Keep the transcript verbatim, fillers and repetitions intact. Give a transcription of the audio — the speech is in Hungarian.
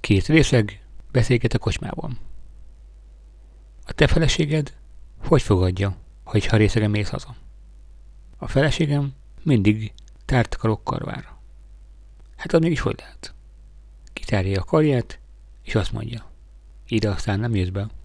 Két részeg beszélget a kocsmában. A te feleséged hogy fogadja, hogyha részegen mész haza? A feleségem mindig tárt karokkal vár. Hát az mégis hogy lehet? Kitárja a karját, és azt mondja, ide aztán nem jössz be.